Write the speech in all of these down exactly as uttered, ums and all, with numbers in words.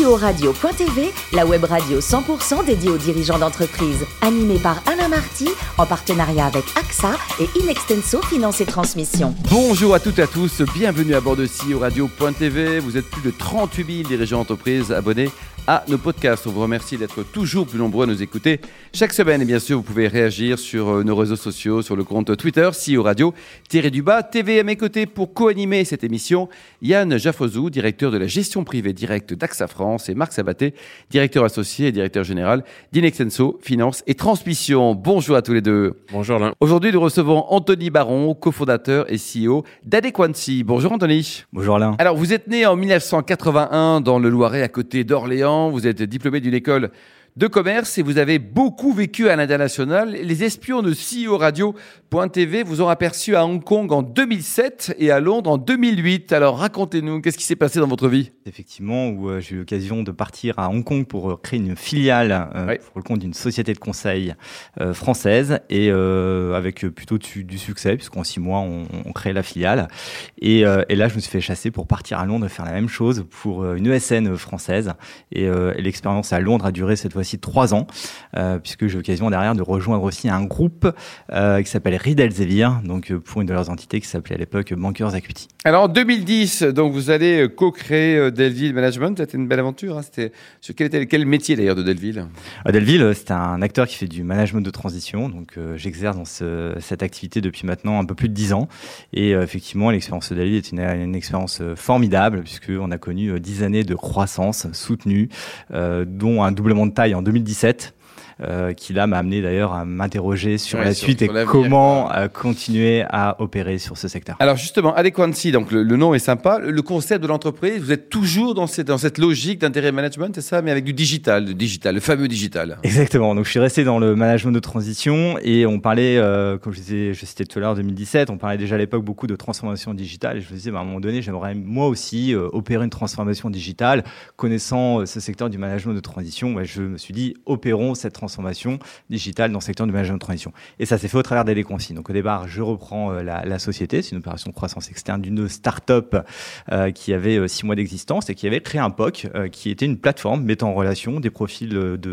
C E O radio point T V, la web radio cent pour cent dédiée aux dirigeants d'entreprise. Animée par Alain Marty, en partenariat avec A X A et Inextenso Finance et Transmission. Bonjour à toutes et à tous, bienvenue à bord de C E O radio point T V. Vous êtes plus de trente-huit mille dirigeants d'entreprise abonnés à nos podcasts. On vous remercie d'être toujours plus nombreux à nous écouter chaque semaine. Et bien sûr, vous pouvez réagir sur nos réseaux sociaux, sur le compte Twitter, C E O radio du bas T V. À mes côtés pour co-animer cette émission, Yann Jaffozou, directeur de la gestion privée directe d'A X A France, et Marc Sabaté, directeur associé et directeur général d'Inextenso Finance et Transmission. Bonjour à tous les deux. Bonjour Alain. Aujourd'hui, nous recevons Anthony Baron, cofondateur et C E O d'Adequancy. Bonjour Anthony. Bonjour Alain. Alors, vous êtes né en mille neuf cent quatre-vingt-un dans le Loiret, à côté d'Orléans. Vous êtes diplômé d'une école de commerce et vous avez beaucoup vécu à l'international. Les espions de C E O radio point T V vous ont aperçu à Hong Kong en deux mille sept et à Londres en deux mille huit. Alors racontez-nous, qu'est-ce qui s'est passé dans votre vie ? Effectivement, où euh, j'ai eu l'occasion de partir à Hong Kong pour euh, créer une filiale euh, oui. pour le compte d'une société de conseil euh, française et euh, avec euh, plutôt du, du succès puisqu'en six mois on, on crée la filiale. Et, euh, et là, je me suis fait chasser pour partir à Londres et faire la même chose pour euh, une E S N française. Et, euh, et l'expérience à Londres a duré cette fois voici trois ans, euh, puisque j'ai eu l'occasion derrière de rejoindre aussi un groupe euh, qui s'appelle Reed Elsevier, donc euh, pour une de leurs entités qui s'appelait à l'époque Bankers Equity. Alors en deux mille dix, donc vous allez co-créer euh, Delville Management. C'était une belle aventure. Hein. C'était sur quel était quel métier d'ailleurs de Delville ? euh, Delville, c'est un acteur qui fait du management de transition. Donc euh, j'exerce dans ce, cette activité depuis maintenant un peu plus de dix ans. Et euh, effectivement, l'expérience de Delville est une, une expérience formidable puisque on a connu euh, dix années de croissance soutenue, euh, dont un doublement de taille en deux mille dix-sept. Euh, qui là m'a amené d'ailleurs à m'interroger sur ouais, la sur, suite sur et comment euh, continuer à opérer sur ce secteur. Alors justement, Adequancy, donc le, le nom est sympa, le concept de l'entreprise, vous êtes toujours dans cette, dans cette logique d'intérêt management, c'est ça, mais avec du digital, le digital, le fameux digital. Exactement, donc je suis resté dans le management de transition et on parlait, euh, comme je disais, je citais tout à l'heure deux mille dix-sept, on parlait déjà à l'époque beaucoup de transformation digitale et je me disais bah, à un moment donné, j'aimerais moi aussi euh, opérer une transformation digitale, connaissant euh, ce secteur du management de transition, bah, je me suis dit opérons cette transformation digitale dans le secteur du management de transition. Et ça s'est fait au travers d'Adequancy. Donc au départ, je reprends euh, la, la société. C'est une opération de croissance externe d'une start-up euh, qui avait euh, six mois d'existence et qui avait créé un P O C euh, qui était une plateforme mettant en relation des profils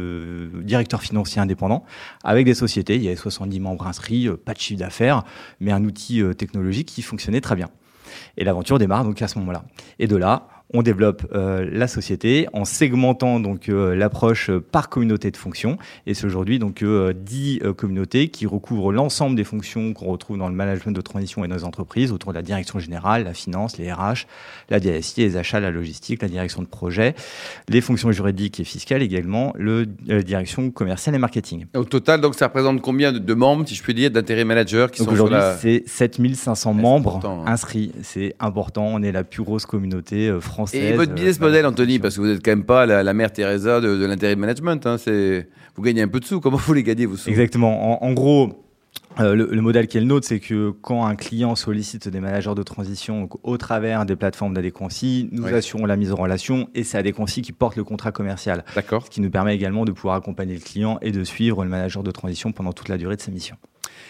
de directeurs financiers indépendants avec des sociétés. Il y avait soixante-dix membres inscrits, euh, pas de chiffre d'affaires, mais un outil euh, technologique qui fonctionnait très bien. Et l'aventure démarre donc à ce moment-là. Et de là, on développe euh, la société en segmentant donc euh, l'approche par communauté de fonctions. Et c'est aujourd'hui donc euh, dix euh, communautés qui recouvrent l'ensemble des fonctions qu'on retrouve dans le management de transition et dans les entreprises autour de la direction générale, la finance, les R H, la D S I, les achats, la logistique, la direction de projet, les fonctions juridiques et fiscales également, le euh, direction commerciale et marketing. Au total, donc ça représente combien de, de membres, si je puis dire, d'intérêt managers qui donc sont aujourd'hui, la... c'est sept mille cinq cents ouais, membres hein. inscrits. C'est important. On est la plus grosse communauté euh, française. Et votre business model, Anthony, parce que vous n'êtes quand même pas la, la mère Teresa de, de l'intérêt management, hein, c'est... vous gagnez un peu de sous. Comment vous les gagnez, vos sous ? Exactement. En, en gros, euh, le, le modèle qui est le nôtre, c'est que quand un client sollicite des managers de transition donc, au travers des plateformes d'Adequancy, nous oui. assurons la mise en relation et c'est Adequancy qui porte le contrat commercial. D'accord. Ce qui nous permet également de pouvoir accompagner le client et de suivre le manager de transition pendant toute la durée de sa mission. Marc ?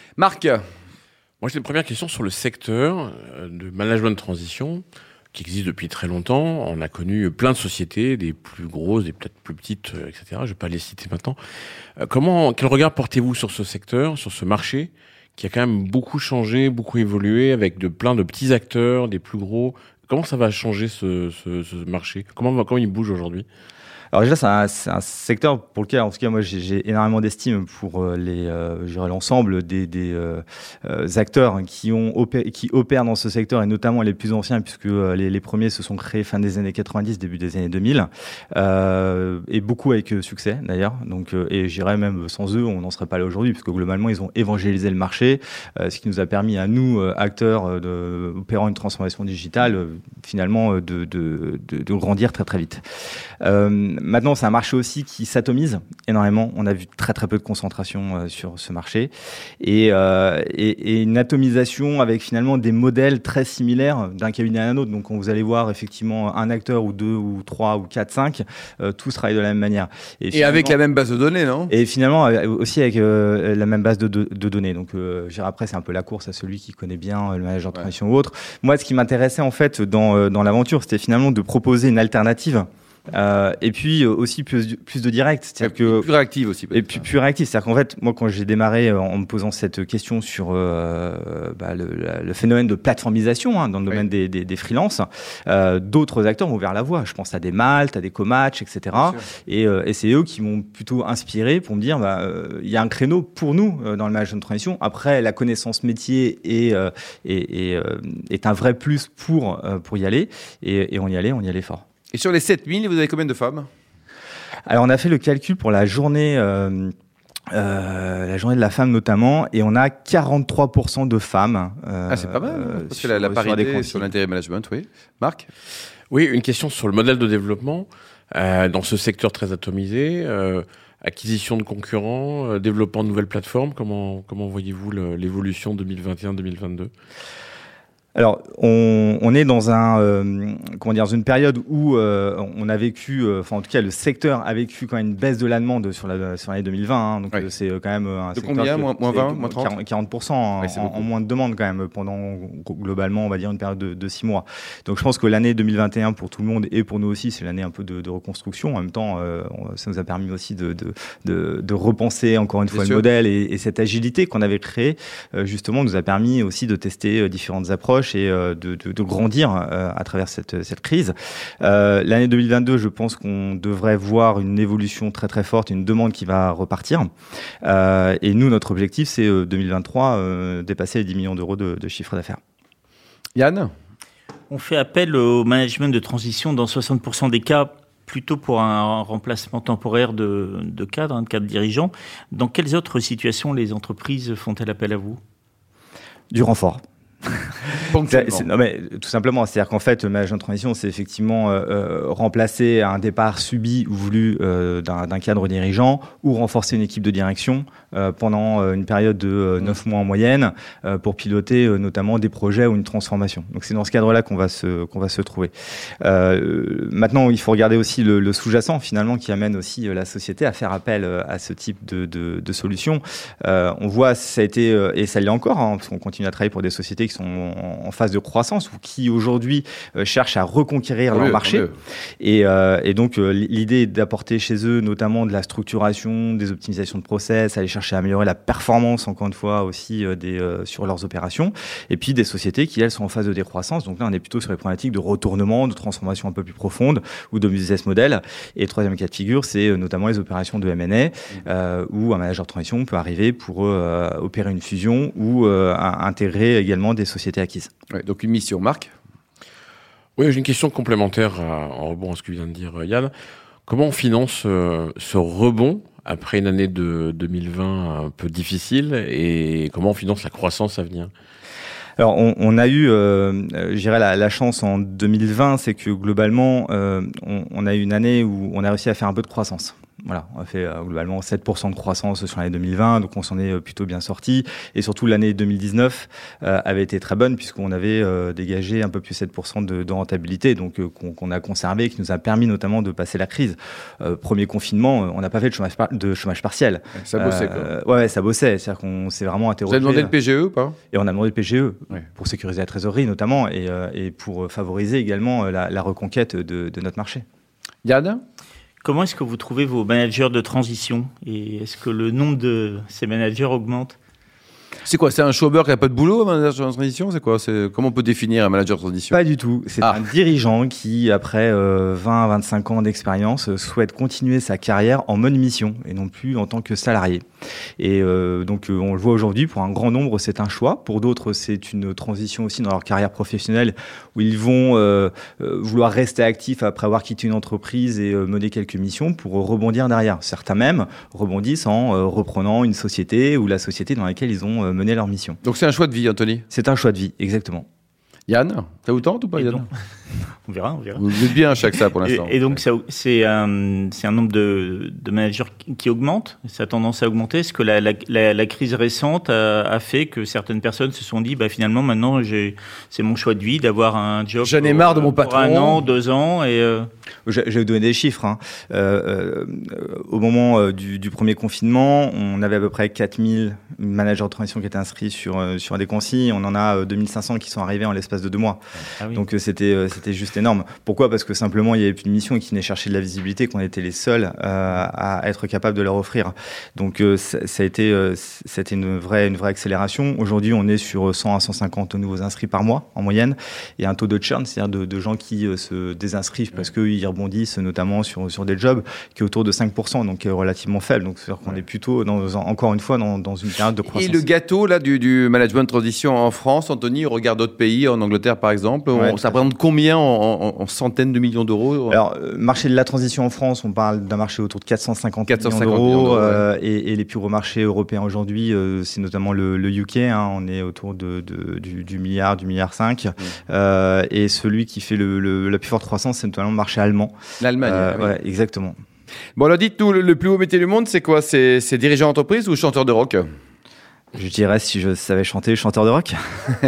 Moi, j'ai une première question sur le secteur de management de transition qui existe depuis très longtemps. On a connu plein de sociétés, des plus grosses, des peut-être plus petites, et cetera. Je ne vais pas les citer maintenant. Comment, quel regard portez-vous sur ce secteur, sur ce marché qui a quand même beaucoup changé, beaucoup évolué, avec de plein de petits acteurs, des plus gros. Comment ça va changer ce, ce, ce marché ? Comment, comment il bouge aujourd'hui ? Alors déjà, c'est un, c'est un secteur pour lequel, en tout cas, moi, j'ai, j'ai énormément d'estime pour euh, les, euh, je dirais, l'ensemble des, des euh, euh, acteurs qui ont opé- qui opèrent dans ce secteur et notamment les plus anciens, puisque euh, les, les premiers se sont créés fin des années quatre-vingt-dix, début des années deux mille, euh, et beaucoup avec euh, succès d'ailleurs. Donc, euh, et je dirais même sans eux, on n'en serait pas là aujourd'hui, puisque globalement, ils ont évangélisé le marché, euh, ce qui nous a permis à nous, euh, acteurs euh, de, opérant une transformation digitale, euh, finalement, euh, de, de, de, de grandir très très vite. Euh, Maintenant, c'est un marché aussi qui s'atomise énormément. On a vu très très peu de concentration euh, sur ce marché et, euh, et, et une atomisation avec finalement des modèles très similaires d'un cabinet à un autre. Donc, quand vous allez voir effectivement un acteur ou deux ou trois ou quatre, cinq, euh, tous travaillent de la même manière. Et, et avec la même base de données, non ? Et finalement aussi avec euh, la même base de, de, de données. Donc, euh, je dirais après, c'est un peu la course à celui qui connaît bien le manager de transition ouais. ou autre. Moi, ce qui m'intéressait en fait dans, euh, dans l'aventure, c'était finalement de proposer une alternative Euh, et puis euh, aussi plus, plus de direct, c'est-à-dire que plus réactive aussi. Et puis plus réactive, c'est-à-dire qu'en fait, moi quand j'ai démarré euh, en me posant cette question sur euh, bah, le, le phénomène de plateformisation hein, dans le domaine oui. des, des, des freelances, euh, d'autres acteurs m'ont ouvert la voie. Je pense à des Malte, à des Comatch, et cetera. Et, euh, et c'est eux qui m'ont plutôt inspiré pour me dire, bah, euh, il y a un créneau pour nous euh, dans le management de transition. Après, la connaissance métier est, euh, est, est, euh, est un vrai plus pour euh, pour y aller. Et, et on y allait, on y allait fort. Et sur les sept mille, vous avez combien de femmes ? Alors, on a fait le calcul pour la journée, euh, euh, la journée de la femme notamment, et on a quarante-trois pour cent de femmes. Euh, ah, c'est pas mal, euh, parce sur, que la, la parité sur, sur l'intérêt management, oui. Marc ? Oui, une question sur le modèle de développement. Euh, dans ce secteur très atomisé, euh, acquisition de concurrents, euh, développement de nouvelles plateformes, comment, comment voyez-vous le, l'évolution deux mille vingt et un deux mille vingt-deux ? Alors, on, on est dans un, euh, comment dire, dans une période où euh, on a vécu, euh, enfin en tout cas le secteur a vécu quand même une baisse de la demande sur la sur l'année deux mille vingt. Hein, donc oui. c'est quand même un de secteur combien, que, moins, moins vingt, moins trente, quarante pour cent en, oui, en, en moins de demande quand même pendant globalement, on va dire une période de, de six mois. Donc je pense que l'année deux mille vingt et un pour tout le monde et pour nous aussi, c'est l'année un peu de, de reconstruction. En même temps, euh, ça nous a permis aussi de de de, de repenser encore une fois le modèle et, et cette agilité qu'on avait créée euh, justement nous a permis aussi de tester euh, différentes approches et euh, de, de, de grandir euh, à travers cette, cette crise. Euh, l'année deux mille vingt-deux, je pense qu'on devrait voir une évolution très très forte, une demande qui va repartir. Euh, et nous, notre objectif, c'est euh, deux mille vingt-trois, euh, dépasser les dix millions d'euros de, de chiffre d'affaires. Yann ? On fait appel au management de transition dans soixante pour cent des cas, plutôt pour un remplacement temporaire de, de cadres, hein, de cadres dirigeants. Dans quelles autres situations les entreprises font-elles appel à vous ? Du renfort. C'est, c'est, non mais tout simplement, c'est-à-dire qu'en fait, le management de transition, c'est effectivement euh, remplacer un départ subi ou voulu euh, d'un, d'un cadre dirigeant ou renforcer une équipe de direction euh, pendant euh, une période de euh, neuf mois en moyenne euh, pour piloter euh, notamment des projets ou une transformation. Donc c'est dans ce cadre-là qu'on va se qu'on va se trouver. Euh, maintenant, il faut regarder aussi le, le sous-jacent finalement qui amène aussi euh, la société à faire appel euh, à ce type de de, de solutions. Euh, on voit, ça a été euh, et ça l'est encore, hein, parce qu'on continue à travailler pour des sociétés qui sont en, en phase de croissance ou qui aujourd'hui euh, cherchent à reconquérir leur marché. Et, euh, et donc euh, l'idée est d'apporter chez eux notamment de la structuration, des optimisations de process, aller chercher à améliorer la performance encore une fois aussi euh, des, euh, sur leurs opérations. Et puis des sociétés qui elles sont en phase de décroissance. Donc là on est plutôt sur les problématiques de retournement, de transformation un peu plus profonde ou de business model. Et le troisième cas de figure, c'est euh, notamment les opérations de M and A euh, où un manager de transition peut arriver pour euh, opérer une fusion ou euh, intégrer également des sociétés acquises. Ouais, donc une mission, Marc ? Oui, j'ai une question complémentaire à, en rebond à ce que vient de dire Yann. Comment on finance euh, ce rebond après une année de deux mille vingt un peu difficile et comment on finance la croissance à venir ? Alors, on, on a eu, euh, je dirais, la, la chance en deux mille vingt, c'est que globalement, euh, on, on a eu une année où on a réussi à faire un peu de croissance. Voilà, on a fait euh, globalement sept pour cent de croissance sur l'année deux mille vingt, donc on s'en est euh, plutôt bien sorti. Et surtout, l'année deux mille dix-neuf euh, avait été très bonne puisqu'on avait euh, dégagé un peu plus sept pour cent de, de rentabilité, donc euh, qu'on, qu'on a conservé, qui nous a permis notamment de passer la crise. Euh, premier confinement, euh, on n'a pas fait de chômage, par- de chômage partiel. Ça bossait, euh, quoi. Ouais, ça bossait. C'est-à-dire qu'on s'est vraiment interrogé. Vous avez demandé le P G E ou pas ? Et on a demandé le P G E ouais. pour sécuriser la trésorerie notamment et, euh, et pour favoriser également la, la reconquête de, de notre marché. Yann ? Comment est-ce que vous trouvez vos managers de transition et est-ce que le nombre de ces managers augmente ? C'est quoi ? C'est un chômeur qui n'a pas de boulot, un manager de transition ? C'est quoi ? C'est... Comment on peut définir un manager de transition ? Pas du tout. C'est ah. un dirigeant qui, après euh, vingt à vingt-cinq ans d'expérience, souhaite continuer sa carrière en mode mission et non plus en tant que salarié. Et euh, donc, euh, on le voit aujourd'hui, pour un grand nombre, c'est un choix. Pour d'autres, c'est une transition aussi dans leur carrière professionnelle où ils vont euh, euh, vouloir rester actifs après avoir quitté une entreprise et euh, mener quelques missions pour rebondir derrière. Certains même rebondissent en euh, reprenant une société ou la société dans laquelle ils ont euh, mené leur mission. Donc, c'est un choix de vie, Anthony ? C'est un choix de vie, exactement. Yann, ça vous tente ou pas, et Yann ? donc, on verra, on verra. Vous êtes bien à chaque ça pour l'instant. Et, et donc, ça, c'est, un, c'est un nombre de, de managers qui, qui augmente, ça a tendance à augmenter. Est-ce que la, la, la, la crise récente a, a fait que certaines personnes se sont dit, bah, finalement, maintenant, j'ai, c'est mon choix de vie d'avoir un job J'en ai marre de mon patron. Pour un an, deux ans et... Euh... Je, je vais vous donner des chiffres. Hein. Euh, euh, au moment euh, du, du premier confinement, on avait à peu près quatre mille managers de transition qui étaient inscrits sur, euh, sur Adéquancy. On en a euh, deux mille cinq cents qui sont arrivés en l'espace de deux mois. Ah oui. Donc euh, c'était, euh, c'était juste énorme. Pourquoi ? Parce que simplement, il n'y avait plus de mission et qu'ils venaient chercher de la visibilité, qu'on était les seuls euh, à être capables de leur offrir. Donc, euh, ça, ça a été, euh, c'était une vraie, une vraie accélération. Aujourd'hui, on est sur cent à cent cinquante nouveaux inscrits par mois, en moyenne, et un taux de churn, c'est-à-dire de, de gens qui euh, se désinscrivent parce qu'ils rebondissent notamment sur, sur des jobs, qui est autour de cinq pour cent, donc euh, relativement faible. Donc, c'est-à-dire qu'on est plutôt, dans, encore une fois, dans, dans une période de croissance. Et le gâteau là, du, du management de transition en France, Anthony, on regarde d'autres pays, en Angleterre par exemple, ouais, on, ça représente combien en, en, en centaines de millions d'euros ? Alors, euh, marché de la transition en France, on parle d'un marché autour de quatre cent cinquante millions d'euros, millions d'euros euh, ouais. et, et les plus gros marchés européens aujourd'hui, euh, c'est notamment le, le U K, hein, on est autour de, de, du, du milliard, du milliard cinq, mmh. euh, et celui qui fait le, le, la plus forte croissance, c'est notamment le marché allemand. L'Allemagne, euh, oui. Ouais, exactement. Bon, alors dites-nous, le, le plus haut métier du monde, c'est quoi ? C'est, c'est dirigeant d'entreprise ou chanteur de rock ? Je dirais, si je savais chanter, chanteur de rock.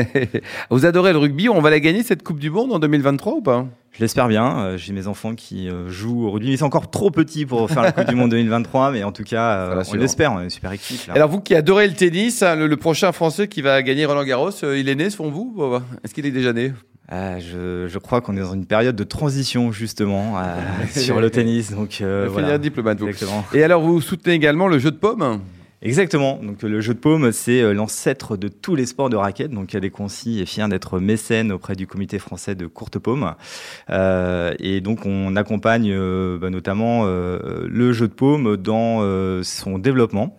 Vous adorez le rugby, on va la gagner cette Coupe du Monde en deux mille vingt-trois ou pas ? Je l'espère bien. Euh, j'ai mes enfants qui euh, jouent au rugby. Ils sont encore trop petits pour faire la Coupe du Monde deux mille vingt-trois, mais en tout cas, euh, on l'espère. On est une super équipe. Là. Alors vous qui adorez le tennis, hein, le, le prochain Français qui va gagner Roland Garros, euh, il est né selon vous ? Est-ce qu'il est déjà né ? Euh, je, je crois qu'on est dans une période de transition justement euh, sur le tennis. Donc euh, voilà. Un diplomate. Vous. Exactement. Et alors vous soutenez également le jeu de paume ? Exactement. Donc le jeu de paume, c'est l'ancêtre de tous les sports de raquettes. Donc Cadet Concy est fier d'être mécène auprès du Comité français de courte paume. Euh, et donc on accompagne euh, bah, notamment euh, le jeu de paume dans euh, son développement,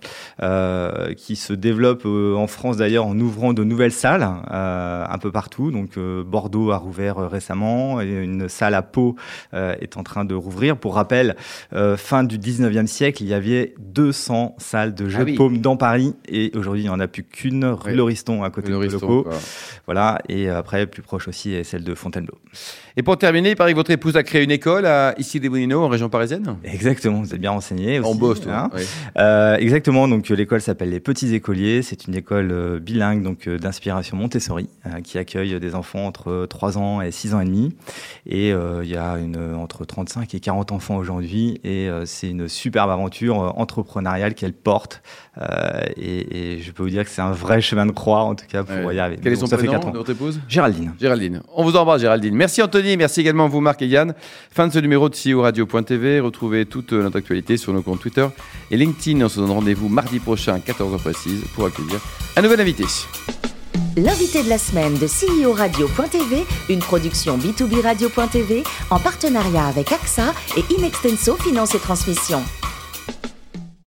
euh, qui se développe euh, en France d'ailleurs en ouvrant de nouvelles salles euh, un peu partout. Donc euh, Bordeaux a rouvert euh, récemment, et une salle à Pau euh, est en train de rouvrir. Pour rappel, euh, fin du dix-neuvième siècle, il y avait deux cents salles de jeu ah, de oui. paume dans Paris, et aujourd'hui il n'y en a plus qu'une, rue oui. Lauriston à côté de locaux. Voilà, et après plus proche aussi est celle de Fontainebleau. Et pour terminer, il paraît que votre épouse a créé une école à Issy-les-Moulineaux en région parisienne. Exactement, vous êtes bien renseigné aussi. En Beauce, toi. Hein oui. euh, exactement, donc l'école s'appelle Les Petits Écoliers, c'est une école euh, bilingue, donc euh, d'inspiration Montessori, euh, qui accueille des enfants entre trois ans et six ans et demi, et il euh, y a une, entre trente-cinq et quarante enfants aujourd'hui, et euh, c'est une superbe aventure euh, entrepreneuriale qu'elle porte, euh, et, et je peux vous dire que c'est un vrai chemin de croix en tout cas pour ouais. y arriver. Quel est son prénom de votre épouse ? Géraldine. Géraldine. On vous embrasse Géraldine. Merci Anthony, merci également à vous Marc et Yann. Fin de ce numéro de C E O Radio point T V. Retrouvez toute notre actualité sur nos comptes Twitter et LinkedIn. On se donne rendez-vous mardi prochain à quatorze heures précise pour accueillir un nouvel invité. L'invité de la semaine de C E O Radio point T V, une production B deux B Radio point T V en partenariat avec A X A et Inextenso Finance et Transmission.